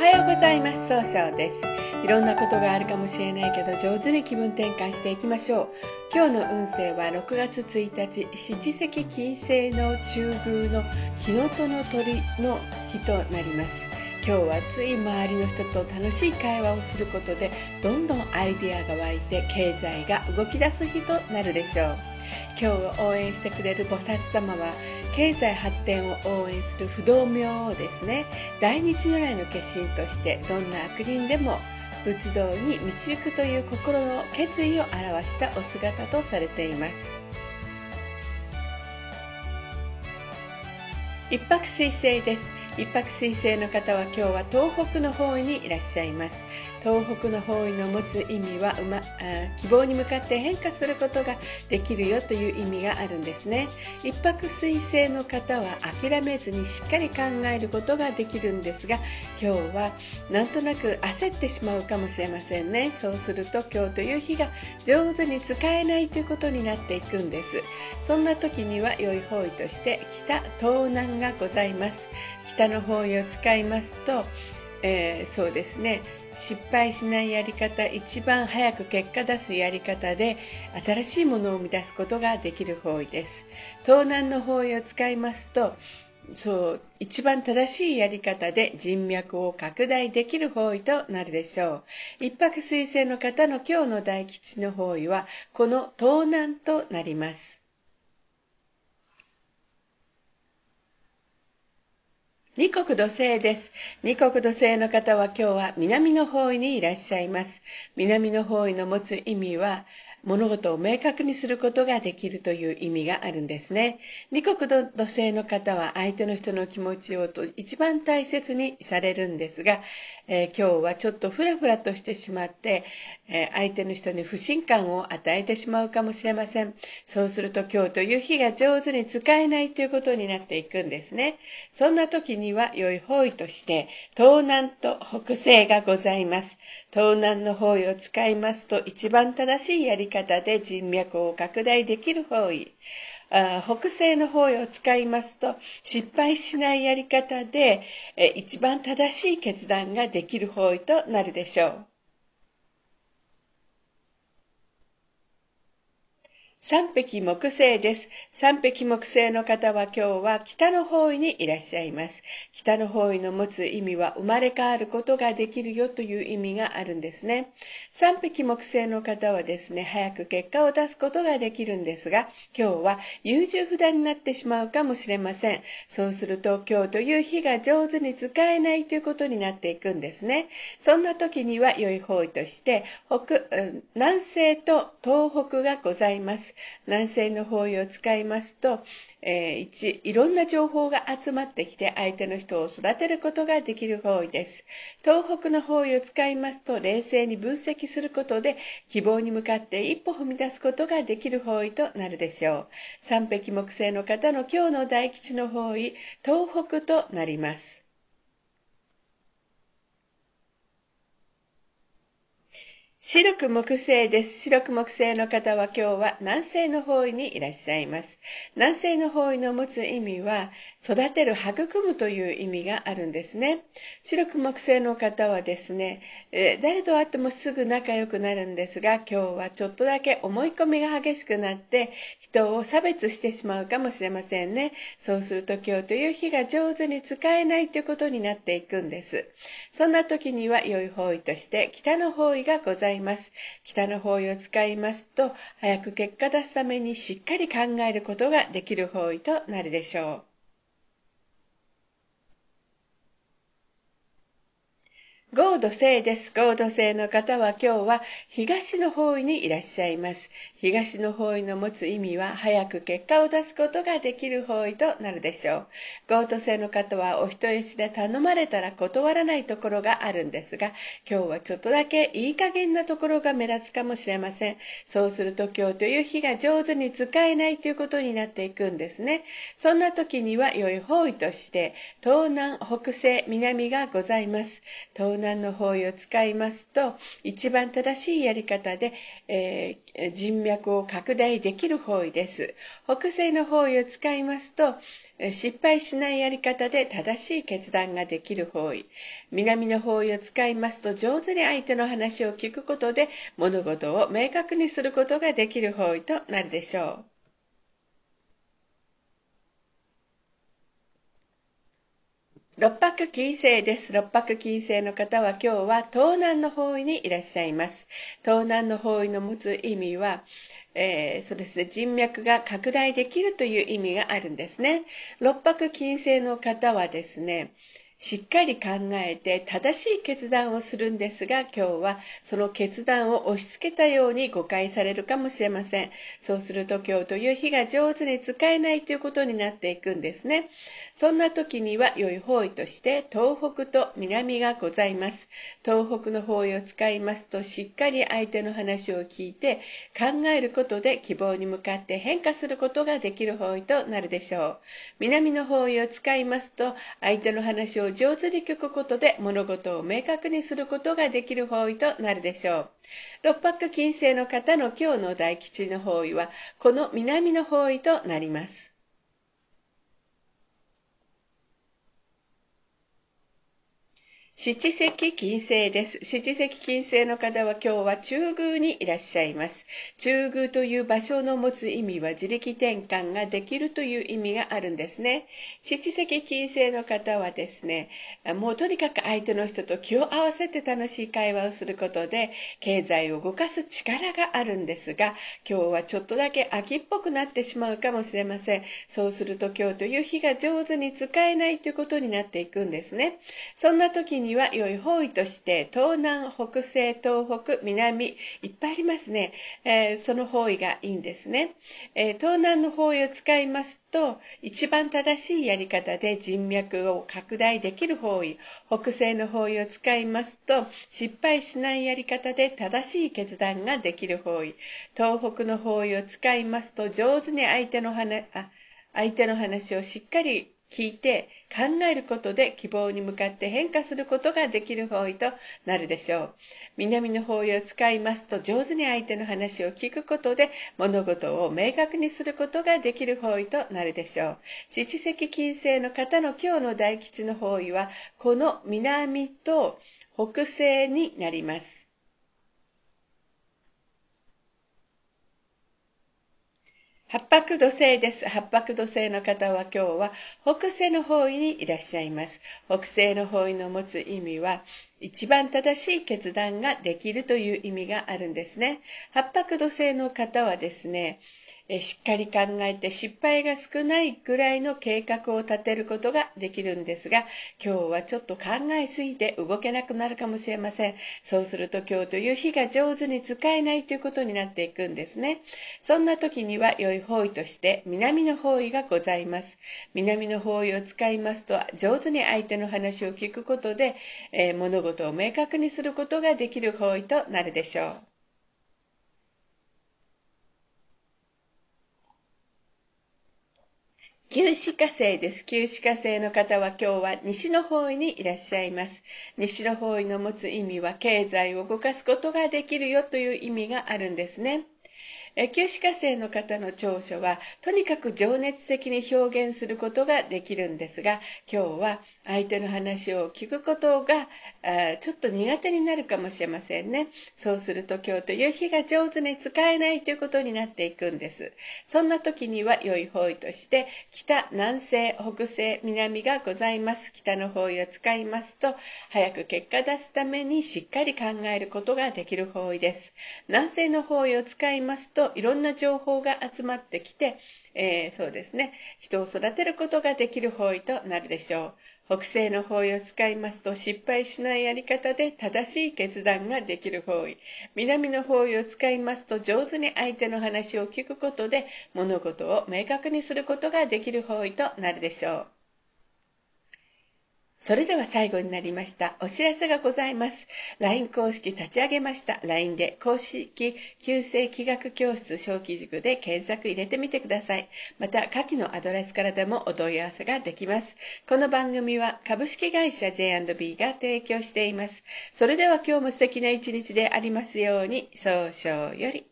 はようございます。総称です。いろんなことがあるかもしれないけど、上手に気分転換していきましょう。今日の運勢は6月1日、七石金星の中宮の日のとの鳥の日となります。今日はつい周りの人と楽しい会話をすることで、どんどんアイデアが湧いて経済が動き出す日となるでしょう。今日を応援してくれる菩薩様は、経済発展を応援する不動明王ですね。大日如来の化身として、どんな悪人でも仏道に導くという心の決意を表したお姿とされています。一泊水星です。一泊水星の方は今日は東北の方位にいらっしゃいます。東北の方位の持つ意味は、希望に向かって変化することができるよという意味があるんですね。一泊水星の方は諦めずにしっかり考えることができるんですが、今日はなんとなく焦ってしまうかもしれませんね。そうすると今日という日が上手に使えないということになっていくんです。そんな時には良い方位として北東南がございます。北の方位を使いますと、そうですね、失敗しないやり方、一番早く結果出すやり方で新しいものを生み出すことができる方位です。東南の方位を使いますと、一番正しいやり方で人脈を拡大できる方位となるでしょう。一泊水星の方の今日の大吉の方位はこの東南となります。二国土星です。二国土星の方は今日は南の方位にいらっしゃいます。南の方位の持つ意味は、物事を明確にすることができるという意味があるんですね。二国土星の方は相手の人の気持ちを一番大切にされるんですが、今日はちょっとフラフラとしてしまって、相手の人に不信感を与えてしまうかもしれません。そうすると今日という日が上手に使えないということになっていくんですね。そんな時には良い方位として東南と北西がございます。東南の方位を使いますと、一番正しいやり方で人脈を拡大できる方位。北西の方位を使いますと、失敗しないやり方で一番正しい決断ができる方位となるでしょう。三匹木星です。三匹木星の方は今日は北の方位にいらっしゃいます。北の方位の持つ意味は生まれ変わることができるよという意味があるんですね。三匹木星の方はですね、早く結果を出すことができるんですが、今日は優柔不断になってしまうかもしれません。そうすると今日という日が上手に使えないということになっていくんですね。そんな時には良い方位として南西と東北がございます。南西の方位を使いますと、いろんな情報が集まってきて相手の人を育てることができる方位です。東北の方位を使いますと、冷静に分析することで希望に向かって一歩踏み出すことができる方位となるでしょう。三匹木星の方の今日の大吉の方位、東北となります。白く木星です。白く木星の方は今日は南西の方位にいらっしゃいます。南西の方位の持つ意味は、育てる、育むという意味があるんですね。白く木星の方はですね、誰と会ってもすぐ仲良くなるんですが、今日はちょっとだけ思い込みが激しくなって、人を差別してしまうかもしれませんね。そうすると今日という日が上手に使えないということになっていくんです。そんな時には良い方位として北の方位がございます。北の方位を使いますと、早く結果出すためにしっかり考えることができる方位となるでしょう。合土星です。合土星の方は今日は東の方位にいらっしゃいます。東の方位の持つ意味は、早く結果を出すことができる方位となるでしょう。合土星の方はお人よしで頼まれたら断らないところがあるんですが、今日はちょっとだけいい加減なところが目立つかもしれません。そうすると今日という日が上手に使えないということになっていくんですね。そんな時には良い方位として東南、北西、南がございます。東南の方位を使いますと、一番正しいやり方で、人脈を拡大できる方位です。北西の方位を使いますと、失敗しないやり方で正しい決断ができる方位。南の方位を使いますと、上手に相手の話を聞くことで物事を明確にすることができる方位となるでしょう。六白金星です。六白金星の方は今日は東南の方位にいらっしゃいます。東南の方位の持つ意味は、そうですね、人脈が拡大できるという意味があるんですね。六白金星の方はですね、しっかり考えて正しい決断をするんですが、今日はその決断を押し付けたように誤解されるかもしれません。そうすると今日という日が上手に使えないということになっていくんですね。そんな時には良い方位として東北と南がございます。東北の方位を使いますと、しっかり相手の話を聞いて考えることで希望に向かって変化することができる方位となるでしょう。南の方位を使いますと、相手の話を上手に聞くことで物事を明確にすることができる方位となるでしょう。六白金星の方の今日の大吉の方位はこの南の方位となります。七石金星です。七石金星の方は今日は中宮にいらっしゃいます。中宮という場所の持つ意味は自力転換ができるという意味があるんですね。七石金星の方はですね、もうとにかく相手の人と気を合わせて楽しい会話をすることで経済を動かす力があるんですが、今日はちょっとだけ秋っぽくなってしまうかもしれません。そうすると今日という日が上手に使えないということになっていくんですね。そんな時には良い方位として東南、北西、東北、南いっぱいありますね。その方位がいいんですね。東南の方位を使いますと、一番正しいやり方で人脈を拡大できる方位。北西の方位を使いますと、失敗しないやり方で正しい決断ができる方位。東北の方位を使いますと、上手に相手の話をしっかり聞いて考えることで希望に向かって変化することができる方位となるでしょう。南の方位を使いますと、上手に相手の話を聞くことで物事を明確にすることができる方位となるでしょう。七石金星の方の今日の大吉の方位はこの南と北西になります。八白土星です。八白土星の方は今日は北西の方位にいらっしゃいます。北西の方位の持つ意味は、一番正しい決断ができるという意味があるんですね。八白土星の方はですね、しっかり考えて失敗が少ないぐらいの計画を立てることができるんですが、今日はちょっと考えすぎて動けなくなるかもしれません。そうすると今日という日が上手に使えないということになっていくんですね。そんな時には良い方位として南の方位がございます。南の方位を使いますと、上手に相手の話を聞くことで、物事を明確にすることができる方位となるでしょう。旧歯科生です。旧歯科生の方は今日は西の方位にいらっしゃいます。西の方位の持つ意味は経済を動かすことができるよという意味があるんですね。旧歯科生の方の長所はとにかく情熱的に表現することができるんですが、今日は相手の話を聞くことがちょっと苦手になるかもしれませんね。そうすると今日という日が上手に使えないということになっていくんです。そんな時には良い方位として北、南西、北西、南がございます。北の方位を使いますと、早く結果出すためにしっかり考えることができる方位です。南西の方位を使いますと、いろんな情報が集まってきて、そうですね、人を育てることができる方位となるでしょう。北西の方位を使いますと、失敗しないやり方で正しい決断ができる方位。南の方位を使いますと、上手に相手の話を聞くことで物事を明確にすることができる方位となるでしょう。 それでは最後になりました。お知らせがございます。LINE 公式立ち上げました。LINE で公式旧正気学教室小規塾で検索入れてみてください。また、下記のアドレスからでもお問い合わせができます。この番組は株式会社 J&B が提供しています。それでは今日も素敵な一日でありますように、早々より。